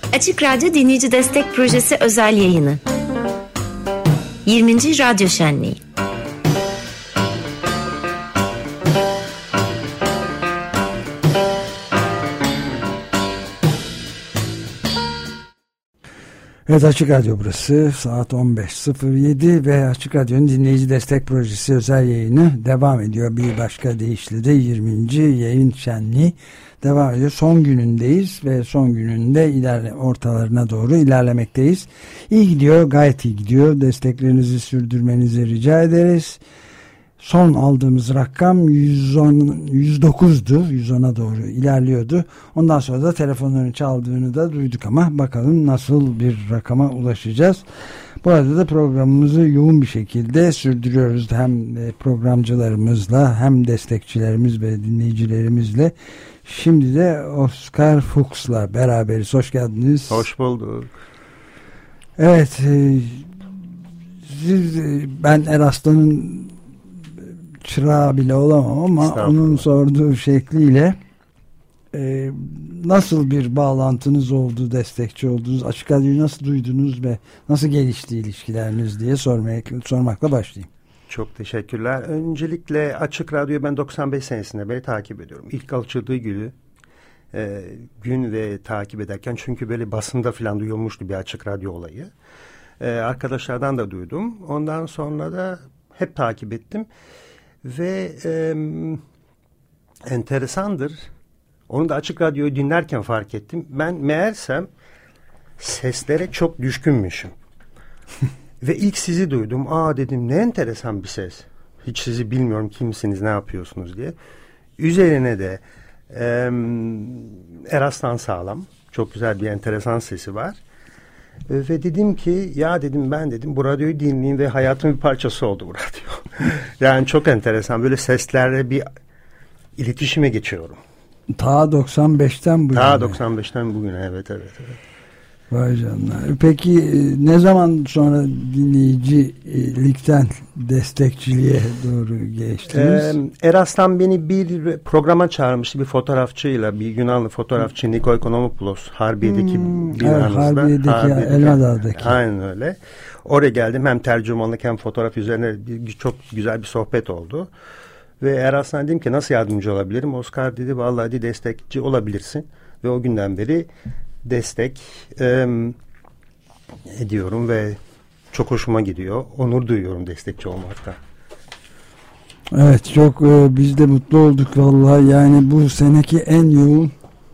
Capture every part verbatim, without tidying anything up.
Açık Radyo Dinleyici Destek Projesi özel yayını. yirminci Radyo Şenliği. Evet, Açık Radyo burası, saat on beş sıfır yedi ve Açık Radyo'nun Dinleyici Destek Projesi özel yayını devam ediyor. Bir başka deyişle de yirminci yayın şenliği devam ediyor. Son günündeyiz ve son gününde ilerle, ortalarına doğru ilerlemekteyiz. İyi gidiyor, gayet iyi gidiyor. Desteklerinizi sürdürmenizi rica ederiz. Son aldığımız rakam yüz on, yüz dokuzdu. yüz ona doğru ilerliyordu. Ondan sonra da telefonların çaldığını da duyduk ama bakalım nasıl bir rakama ulaşacağız. Bu arada da programımızı yoğun bir şekilde sürdürüyoruz. Hem programcılarımızla hem destekçilerimiz ve dinleyicilerimizle. Şimdi de Oscar Fuchs'la beraberiz. Hoş geldiniz. Hoş bulduk. Evet. Siz, ben Eraslan'ın çırağı bile olamam ama onun sorduğu şekliyle e, nasıl bir bağlantınız oldu, destekçi oldunuz, Açık Radyo'yu nasıl duydunuz ve nasıl gelişti ilişkileriniz diye sormaya, sormakla başlayayım. Çok teşekkürler. Öncelikle Açık Radyo'yu ben doksan beş senesinde beri takip ediyorum. İlk açıldığı günü e, gün ve takip ederken, çünkü böyle basında falan duyulmuştu bir Açık Radyo olayı. E, arkadaşlardan da duydum. Ondan sonra da hep takip ettim. Ve e, enteresandır. Onu da Açık Radyo'yu dinlerken fark ettim. Ben meğersem seslere çok düşkünmüşüm. Ve ilk sizi duydum. Aa dedim, ne enteresan bir ses. Hiç sizi bilmiyorum, kimsiniz, ne yapıyorsunuz diye. Üzerine de e, Eraslan Sağlam. Çok güzel bir enteresan sesi var. Ve dedim ki ya dedim ben dedim bu radyoyu dinleyeyim ve hayatımın bir parçası oldu bu radyo. Yani çok enteresan, böyle seslerle bir iletişime geçiyorum. Ta doksan beşten bugüne. Ta doksan beşten bugüne, evet evet evet. Vay canına. Peki ne zaman sonra dinleyicilikten destekçiliğe doğru geçtiniz? Ee, Eraslan beni bir programa çağırmıştı, bir fotoğrafçıyla, bir Yunanlı fotoğrafçı Nikos Konomopoulos, Harbiye'deki hmm, binamızda. Evet, Harbiye'deki, Harbiye'deki Elmadağ'daki. Aynen öyle. Oraya geldim, hem tercümanlık hem fotoğraf üzerine bir, çok güzel bir sohbet oldu. Ve Eraslan dedim ki nasıl yardımcı olabilirim? Oscar dedi vallahi dedi, destekçi olabilirsin. Ve o günden beri destek e, ediyorum ve çok hoşuma gidiyor. Onur duyuyorum destekçi olmaktan. Evet, çok e, biz de mutlu olduk vallahi. Yani bu seneki en yoğun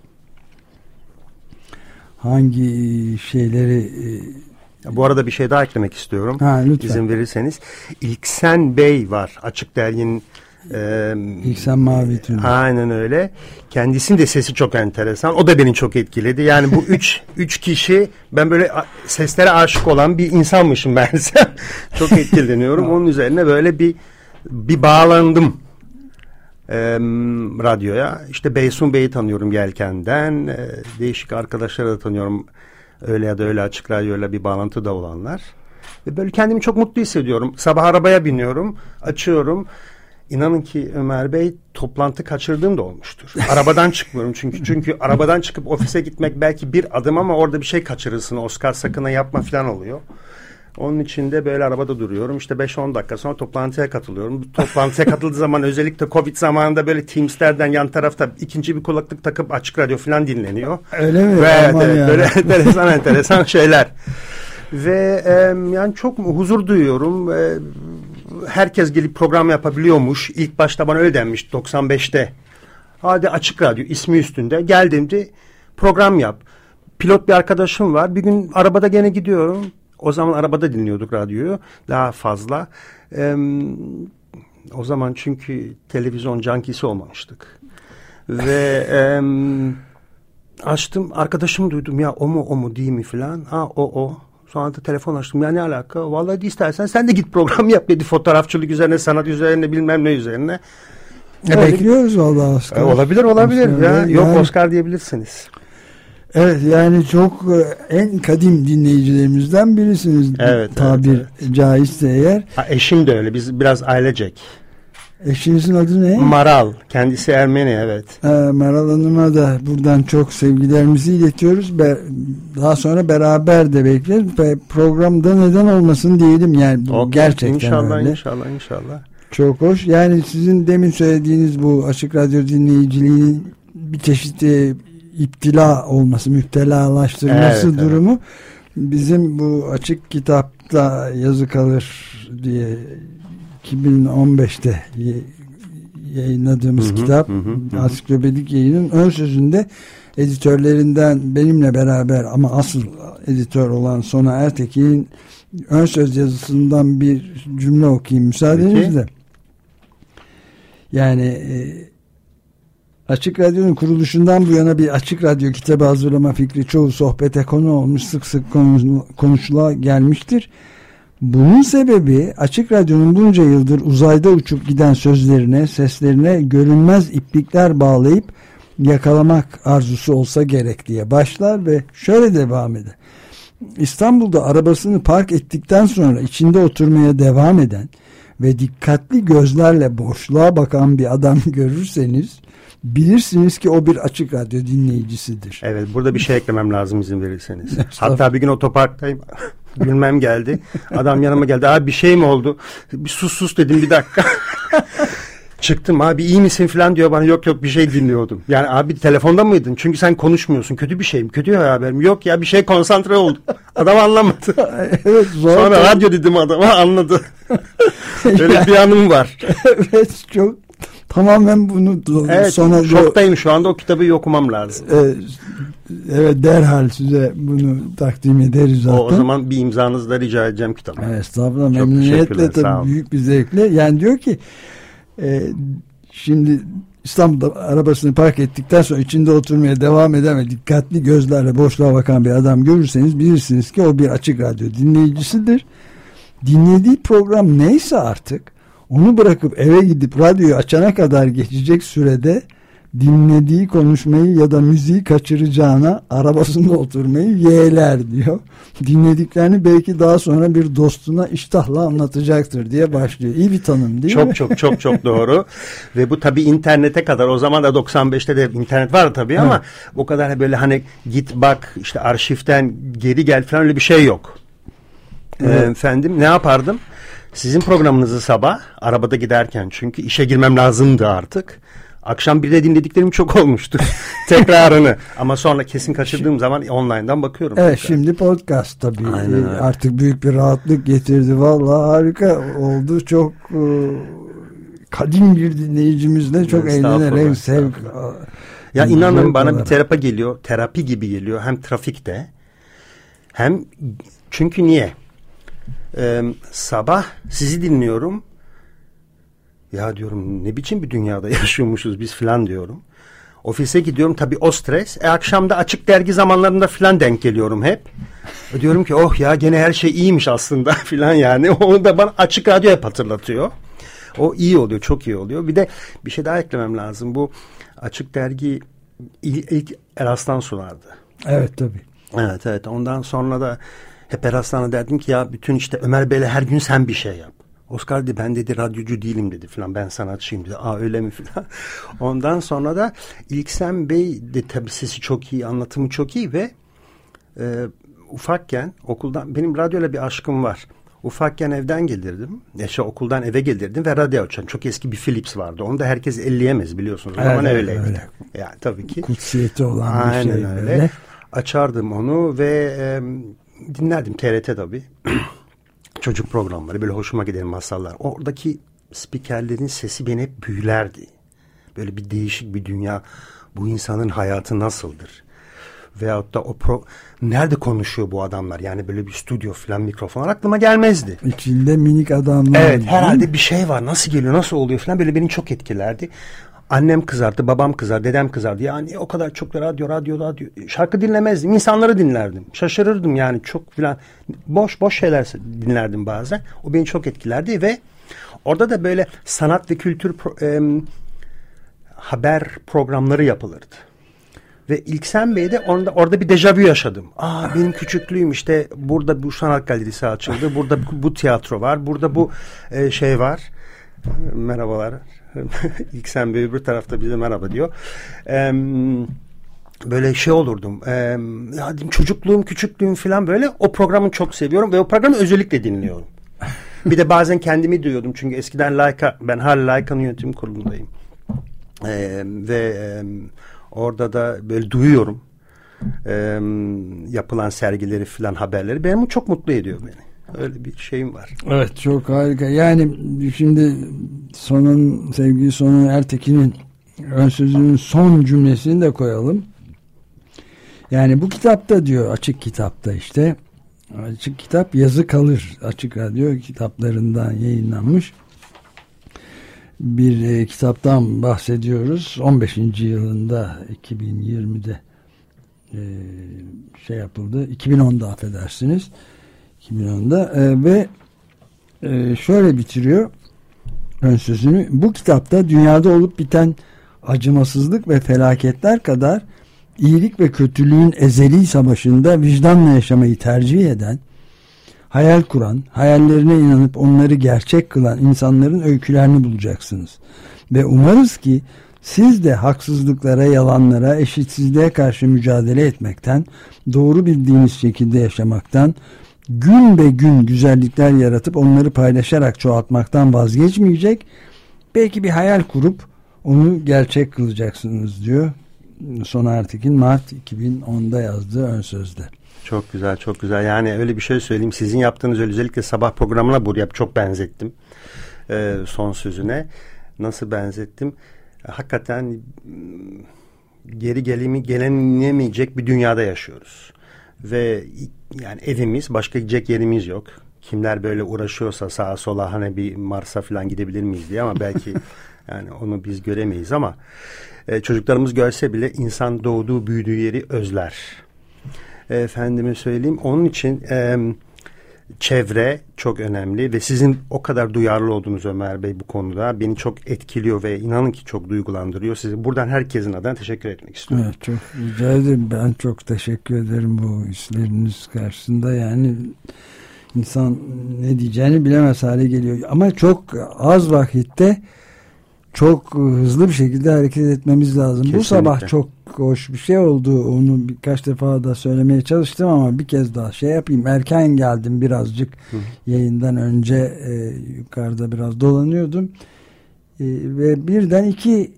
hangi şeyleri e, bu arada bir şey daha eklemek istiyorum. Ha, lütfen. İzin verirseniz. İlksen Bey var. Açık Dergi'nin Ee, İlksen Mavi Tünel. Aynen öyle. Kendisinin de sesi çok enteresan. O da beni çok etkiledi. Yani bu üç üç kişi, ben böyle seslere aşık olan bir insanmışım ben. Çok etkileniyorum. Onun üzerine böyle bir bir bağlandım ee, radyoya. İşte Beysun Bey'i tanıyorum Yelken'den. Ee, değişik arkadaşları da tanıyorum. Öyle ya da öyle Açık Radyo'yla bir bağlantı da olanlar. Ve böyle kendimi çok mutlu hissediyorum. Sabah arabaya biniyorum, açıyorum. İnanın ki Ömer Bey, toplantı kaçırdığım da olmuştur. Arabadan çıkmıyorum çünkü. Çünkü arabadan çıkıp ofise gitmek belki bir adım ama orada bir şey kaçırırsın. Oscar sakına yapma falan oluyor. Onun için de böyle arabada duruyorum. İşte beş on dakika sonra toplantıya katılıyorum. Bu toplantıya katıldığı zaman özellikle Covid zamanında böyle Teams'lerden yan tarafta ikinci bir kulaklık takıp Açık Radyo falan dinleniyor. Öyle mi? Ve evet, evet, böyle enteresan enteresan şeyler. Ve e, yani çok huzur duyuyorum. E, herkes gelip program yapabiliyormuş. İlk başta bana öyle denmiş doksan beşte. Hadi Açık Radyo ismi üstünde. Geldiğimde program yap. Pilot bir arkadaşım var. Bir gün arabada gene gidiyorum. O zaman arabada dinliyorduk radyoyu. Daha fazla. Ee, o zaman çünkü televizyon junkisi olmamıştık. Ve e, açtım. Arkadaşım duydum. Ya o mu o mu değil mi falan. Ha o o. Sonra da telefon açtım. Ya ne alaka? Vallahi de istersen sen de git program yap dedi. Fotoğrafçılık üzerine, sanat üzerine, bilmem ne üzerine. E, bekliyoruz vallahi Oscar. E, olabilir olabilir. Oscar ya. Yani, yok Oscar diyebilirsiniz. Evet, yani çok en kadim dinleyicilerimizden birisiniz. Evet. Tabir evet, evet. caizse eğer. Ha, eşim de öyle. Biz biraz ailecek. Eşinizin adı ne? Maral. Kendisi Ermeni, evet. Ee, Maral Hanım'a da buradan çok sevgilerimizi iletiyoruz. Be- daha sonra beraber de bekleriz. Ve programda neden olmasın diyelim. Yani bu Okay, gerçekten inşallah, öyle. İnşallah inşallah. Çok hoş. Yani sizin demin söylediğiniz bu Açık Radyo dinleyiciliğinin bir çeşit e, iptila olması, müptelalaştırması Evet, durumu evet. Bizim bu Açık Kitap'ta yazı kalır diye iki bin on beşte yayınladığımız hı hı, kitap hı hı, ansiklopedik yayının ön sözünde editörlerinden benimle beraber ama asıl editör olan Sona Ertekin'in ön söz yazısından bir cümle okuyayım müsaadenizle. Yani e, Açık Radyo'nun kuruluşundan bu yana bir Açık Radyo kitabı hazırlama fikri çoğu sohbete konu olmuş, sık sık konuşula gelmiştir. Bunun sebebi Açık Radyo'nun bunca yıldır uzayda uçup giden sözlerine, seslerine görünmez iplikler bağlayıp yakalamak arzusu olsa gerek diye başlar ve şöyle devam eder. İstanbul'da arabasını park ettikten sonra içinde oturmaya devam eden ve dikkatli gözlerle boşluğa bakan bir adam görürseniz bilirsiniz ki o bir Açık Radyo dinleyicisidir. Evet, burada bir şey eklemem lazım izin verirseniz. Hatta bir gün otoparktayım. Gülmem geldi. Adam yanıma geldi. Abi bir şey mi oldu? Bir sus sus dedim, bir dakika. Çıktım, abi iyi misin falan diyor bana. Yok yok bir şey dinliyordum. Yani abi telefonda mıydın? Çünkü sen konuşmuyorsun. Kötü bir şey mi? Kötü bir haber mi? Yok ya bir şey, konsantre oldu. Adam anlamadı. Evet, zor. Sonra radyo dedim adama, anladı. Böyle yani, bir anım var. Evet, çok tamamen bunu evet, sonra şoktayım şu anda, o kitabı okumam lazım. Evet, evet, derhal size bunu takdim ederiz zaten. O, o zaman bir imzanızı da rica edeceğim kitabı. Evet, estağfurullah, memnuniyetle, tabii büyük bir zevkle. Yani diyor ki e, şimdi İstanbul'da arabasını park ettikten sonra içinde oturmaya devam eden ve dikkatli gözlerle boşluğa bakan bir adam görürseniz bilirsiniz ki o bir Açık Radyo dinleyicisidir. Dinlediği program neyse artık onu bırakıp eve gidip radyoyu açana kadar geçecek sürede dinlediği konuşmayı ya da müziği kaçıracağına arabasında oturmayı yeğler diyor. Dinlediklerini belki daha sonra bir dostuna iştahla anlatacaktır diye başlıyor. İyi bir tanım değil çok, mi? Çok çok çok çok doğru. Ve bu tabii internete kadar, o zaman da doksan beşte de internet var tabii ama evet. O kadar böyle hani git bak işte arşivten geri gel falan öyle bir şey yok. Evet. Ee, efendim ne yapardım? Sizin programınızı sabah arabada giderken, çünkü işe girmem lazımdı artık. Akşam bir de dinlediklerim çok olmuştu. Tekrarını. Ama sonra kesin kaçırdığım zaman online'dan bakıyorum. Evet tekrar. Şimdi podcast tabii. Aynen, artık büyük bir rahatlık getirdi. Vallahi harika oldu. Çok e, kadim bir dinleyicimizle çok eğlenerek sevk. Ya inanın bana olarak bir terapi geliyor. Terapi gibi geliyor. Hem trafikte hem çünkü niye? Ee, sabah sizi dinliyorum. Ya diyorum ne biçim bir dünyada yaşıyormuşuz biz filan diyorum. Ofise gidiyorum tabii o stres. E akşamda Açık Dergi zamanlarında filan denk geliyorum hep. E diyorum ki oh ya gene her şey iyiymiş aslında filan yani. Onu da bana Açık Radyo hep hatırlatıyor. O iyi oluyor, çok iyi oluyor. Bir de bir şey daha eklemem lazım. Bu Açık Dergi ilk, ilk Eraslan sunardı. Evet tabii. Evet evet, ondan sonra da hep Eraslan'a derdim ki ya bütün işte Ömer Bey'le her gün sen bir şey yap. Oscar dedi ben dedi radyocu değilim dedi filan, ben sanatçıyım dedi. Aa öyle mi filan. Ondan sonra da İlksen Bey de tabii sesi çok iyi, anlatımı çok iyi ve e, ufakken okuldan, benim radyoyla bir aşkım var. Ufakken evden gelirdim. Yaşa okuldan eve gelirdim ve radyo açan çok eski bir Philips vardı. Onu da herkes elleyemez biliyorsunuz. O zaman evet, öyleydi. Öyle. Yani tabii ki. Kutsiyeti olan aynen bir şey. Öyle. öyle. Açardım onu ve e, dinlerdim T R T tabii. Çocuk programları böyle hoşuma gider, masallar. Oradaki spikerlerin sesi beni hep büyülerdi. Böyle bir değişik bir dünya. Bu insanın hayatı nasıldır? Veyahut da o pro... nerede konuşuyor bu adamlar? Yani böyle bir stüdyo falan, mikrofonlar aklıma gelmezdi. İçinde minik adamlar. Evet, herhalde bir şey var. Nasıl geliyor, nasıl oluyor falan, böyle beni çok etkilerdi. Annem kızardı, babam kızardı, dedem kızardı. Yani o kadar çok radyo, radyo, radyo. Şarkı dinlemezdim, insanları dinlerdim. Şaşırırdım yani çok filan. Boş boş şeyler dinlerdim bazen. O beni çok etkilerdi ve orada da böyle sanat ve kültür pro, e, haber programları yapılırdı. Ve İlksen Bey'de orada, orada bir dejavu yaşadım. Aa benim küçüklüğüm işte burada bu sanat galerisi açıldı. Burada bu, bu tiyatro var. Burada bu e, şey var. Merhabalar. İlk sen bir öbür tarafta bize merhaba diyor. Eee Böyle şey olurdum. Ee, ya çocukluğum, küçüklüğüm falan böyle. O programı çok seviyorum ve o programı özellikle dinliyorum. Bir de bazen kendimi duyuyordum. Çünkü eskiden Laika, ben hala Laika'nın yönetim kurulundayım. Ee, ve e, orada da böyle duyuyorum. Ee, yapılan sergileri falan, haberleri. Benim çok mutlu ediyor beni. Öyle bir şeyim var. Evet, çok harika. Yani şimdi Sonun, sevgili Sonun Ertekin'in ön sözünün son cümlesini de koyalım. Yani bu kitapta diyor, açık kitapta işte, açık kitap yazı kalır, Açık Radyo kitaplarından yayınlanmış bir e, kitaptan bahsediyoruz. on beşinci yılında, iki bin yirmide e, şey yapıldı, iki bin onda affedersiniz, iki bin onda e, ve e, şöyle bitiriyor ön sözünü: bu kitapta dünyada olup biten acımasızlık ve felaketler kadar İyilik ve kötülüğün ezeli savaşında vicdanla yaşamayı tercih eden, hayal kuran, hayallerine inanıp onları gerçek kılan insanların öykülerini bulacaksınız. Ve umarız ki siz de haksızlıklara, yalanlara, eşitsizliğe karşı mücadele etmekten, doğru bildiğiniz şekilde yaşamaktan, gün be gün güzellikler yaratıp onları paylaşarak çoğaltmaktan vazgeçmeyecek, belki bir hayal kurup onu gerçek kılacaksınız diyor Son Ertekin, Mart iki bin onda yazdığı ön sözde. Çok güzel, çok güzel. Yani öyle bir şey söyleyeyim. Sizin yaptığınız özellikle sabah programına buraya çok benzettim. Ee, son sözüne. Nasıl benzettim? Hakikaten geri gelimi gelenemeyecek bir dünyada yaşıyoruz. Ve yani evimiz, başka gidecek yerimiz yok. Kimler böyle uğraşıyorsa sağa sola, hani bir Mars'a falan gidebilir miyiz diye, ama belki yani onu biz göremeyiz, ama e, çocuklarımız görse bile insan doğduğu, büyüdüğü yeri özler. E, efendime söyleyeyim. Onun için e, çevre çok önemli ve sizin o kadar duyarlı olduğunuz Ömer Bey bu konuda beni çok etkiliyor ve inanın ki çok duygulandırıyor. Size buradan herkesin adına teşekkür etmek istiyorum. Evet, çok rica ederim. Ben çok teşekkür ederim bu hisleriniz karşısında. Yani insan ne diyeceğini bilemez hale geliyor. Ama çok az vakitte çok hızlı bir şekilde hareket etmemiz lazım. Kesinlikle. Bu sabah çok hoş bir şey oldu. Onu birkaç defa da söylemeye çalıştım ama bir kez daha şey yapayım. Erken geldim birazcık. Hı. Yayından önce e, yukarıda biraz dolanıyordum. E, ve birden iki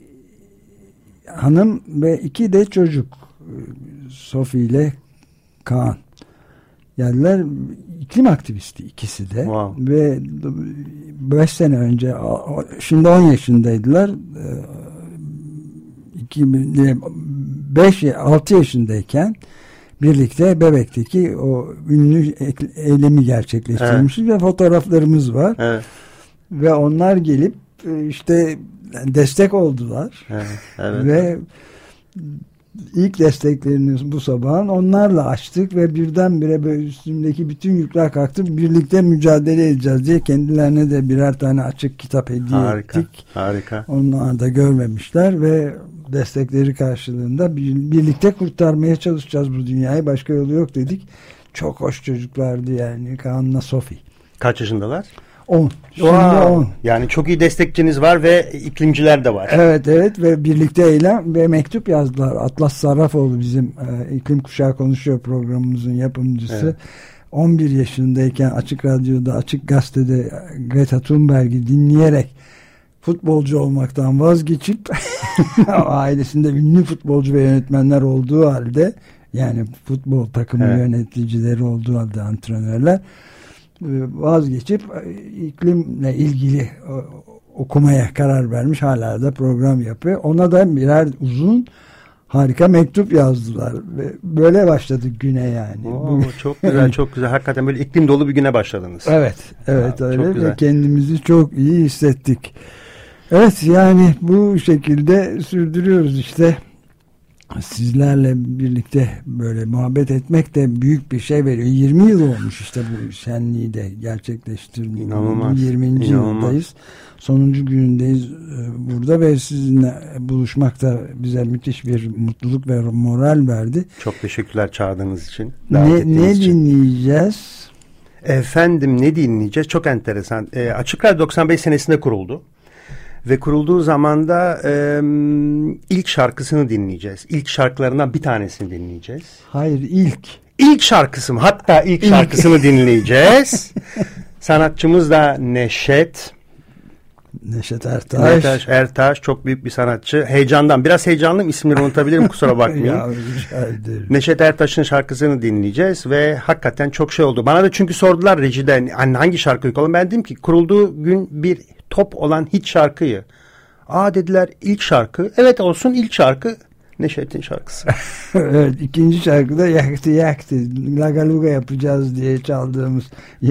hanım ve iki de çocuk, Sofi ile Kaan geldiler. İklim aktivisti ikisi de. Wow. Ve beş sene önce, şimdi on yaşındaydılar. beş altı yaşındayken birlikte Bebek'teki o ünlü eylemi gerçekleştirmişiz, evet. Ve fotoğraflarımız var. Evet. Ve onlar gelip işte destek oldular. Evet, evet. Ve İlk destekleriniz bu sabahın onlarla açtık ve birdenbire böyle üstümdeki bütün yükler kalktı. Birlikte mücadele edeceğiz diye kendilerine de birer tane açık kitap hediye harika, ettik. Harika. Onlar da görmemişler ve destekleri karşılığında birlikte kurtarmaya çalışacağız bu dünyayı. Başka yolu yok dedik. Çok hoş çocuklardı yani, Kaan'la Sofi. Kaç yaşındalar? on. Şimdi on. Yani çok iyi destekçiniz var ve iklimciler de var. Evet evet ve birlikte eylem ve mektup yazdılar. Atlas Sarrafoğlu bizim e, İklim Kuşağı Konuşuyor programımızın yapımcısı. Evet. on bir yaşındayken Açık Radyo'da, Açık Gazete'de Greta Thunberg'i dinleyerek futbolcu olmaktan vazgeçip ailesinde ünlü futbolcu ve yönetmenler olduğu halde, yani futbol takımı evet. yöneticileri olduğu halde, antrenörler, vazgeçip iklimle ilgili okumaya karar vermiş, hala da program yapıyor. Ona da birer uzun harika mektup yazdılar ve böyle başladık güne yani. Oo, çok güzel, çok güzel. Hakikaten böyle iklim dolu bir güne başladınız. Evet, evet ya, öyle ve kendimizi çok iyi hissettik. Evet, yani bu şekilde sürdürüyoruz işte. Sizlerle birlikte böyle muhabbet etmek de büyük bir şey veriyor. yirmi yıl olmuş işte bu şenliği de gerçekleştirdik. İnanılmaz. yirminci yıldayız. Sonuncu günündeyiz burada ve sizinle buluşmak da bize müthiş bir mutluluk ve moral verdi. Çok teşekkürler çağırdığınız için. Ne, ne için. dinleyeceğiz? Efendim ne dinleyeceğiz? Çok enteresan. E, Açık Radyo doksan beş senesinde kuruldu. Ve kurulduğu zaman da e, ilk şarkısını dinleyeceğiz. İlk şarkılarından bir tanesini dinleyeceğiz. Hayır, ilk. İlk şarkısı mı? Hatta ilk, ilk. şarkısını dinleyeceğiz. Sanatçımız da Neşet. Neşet Ertaş. Neşet Ertaş çok büyük bir sanatçı. Heyecandan biraz heyecanlıyım, isimleri unutabilirim, kusura bakmayın. Ya, rica ederim. Neşet Ertaş'ın şarkısını dinleyeceğiz ve hakikaten çok şey oldu. Bana da çünkü sordular rejiden hani hangi şarkıyı koyalım. Ben dedim ki kurulduğu gün bir top olan hit şarkıyı. Aa dediler, ilk şarkı. Evet olsun, ilk şarkı Neşet'in şarkısı. Evet, ikinci şarkıda yaktı yaktı Laga Luga yapacağız diye çaldığımız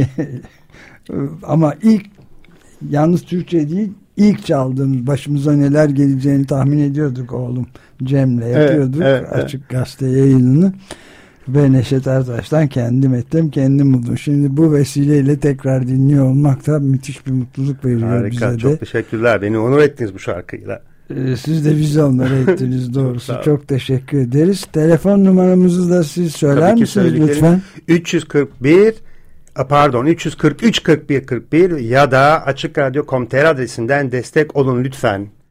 ama ilk, yalnız Türkçe değil, ilk çaldığımız, başımıza neler geleceğini tahmin ediyorduk oğlum Cem'le yapıyorduk, evet, evet, Açık Gazete yayınını ve Neşet Ertaş'tan kendim ettim kendim buldum. Şimdi bu vesileyle tekrar dinliyor olmak da müthiş bir mutluluk veriyor. Harika, bize de. Harika, çok teşekkürler, beni onur ettiniz bu şarkıyla. Siz de bizi onlara ettiniz doğrusu. çok, çok teşekkür ederiz. Telefon numaramızı da siz söyler misiniz lütfen? üç yüz kırk bir pardon üç yüz kırk üç kırk bir kırk bir ya da açık radyo nokta com nokta tr adresinden destek olun lütfen.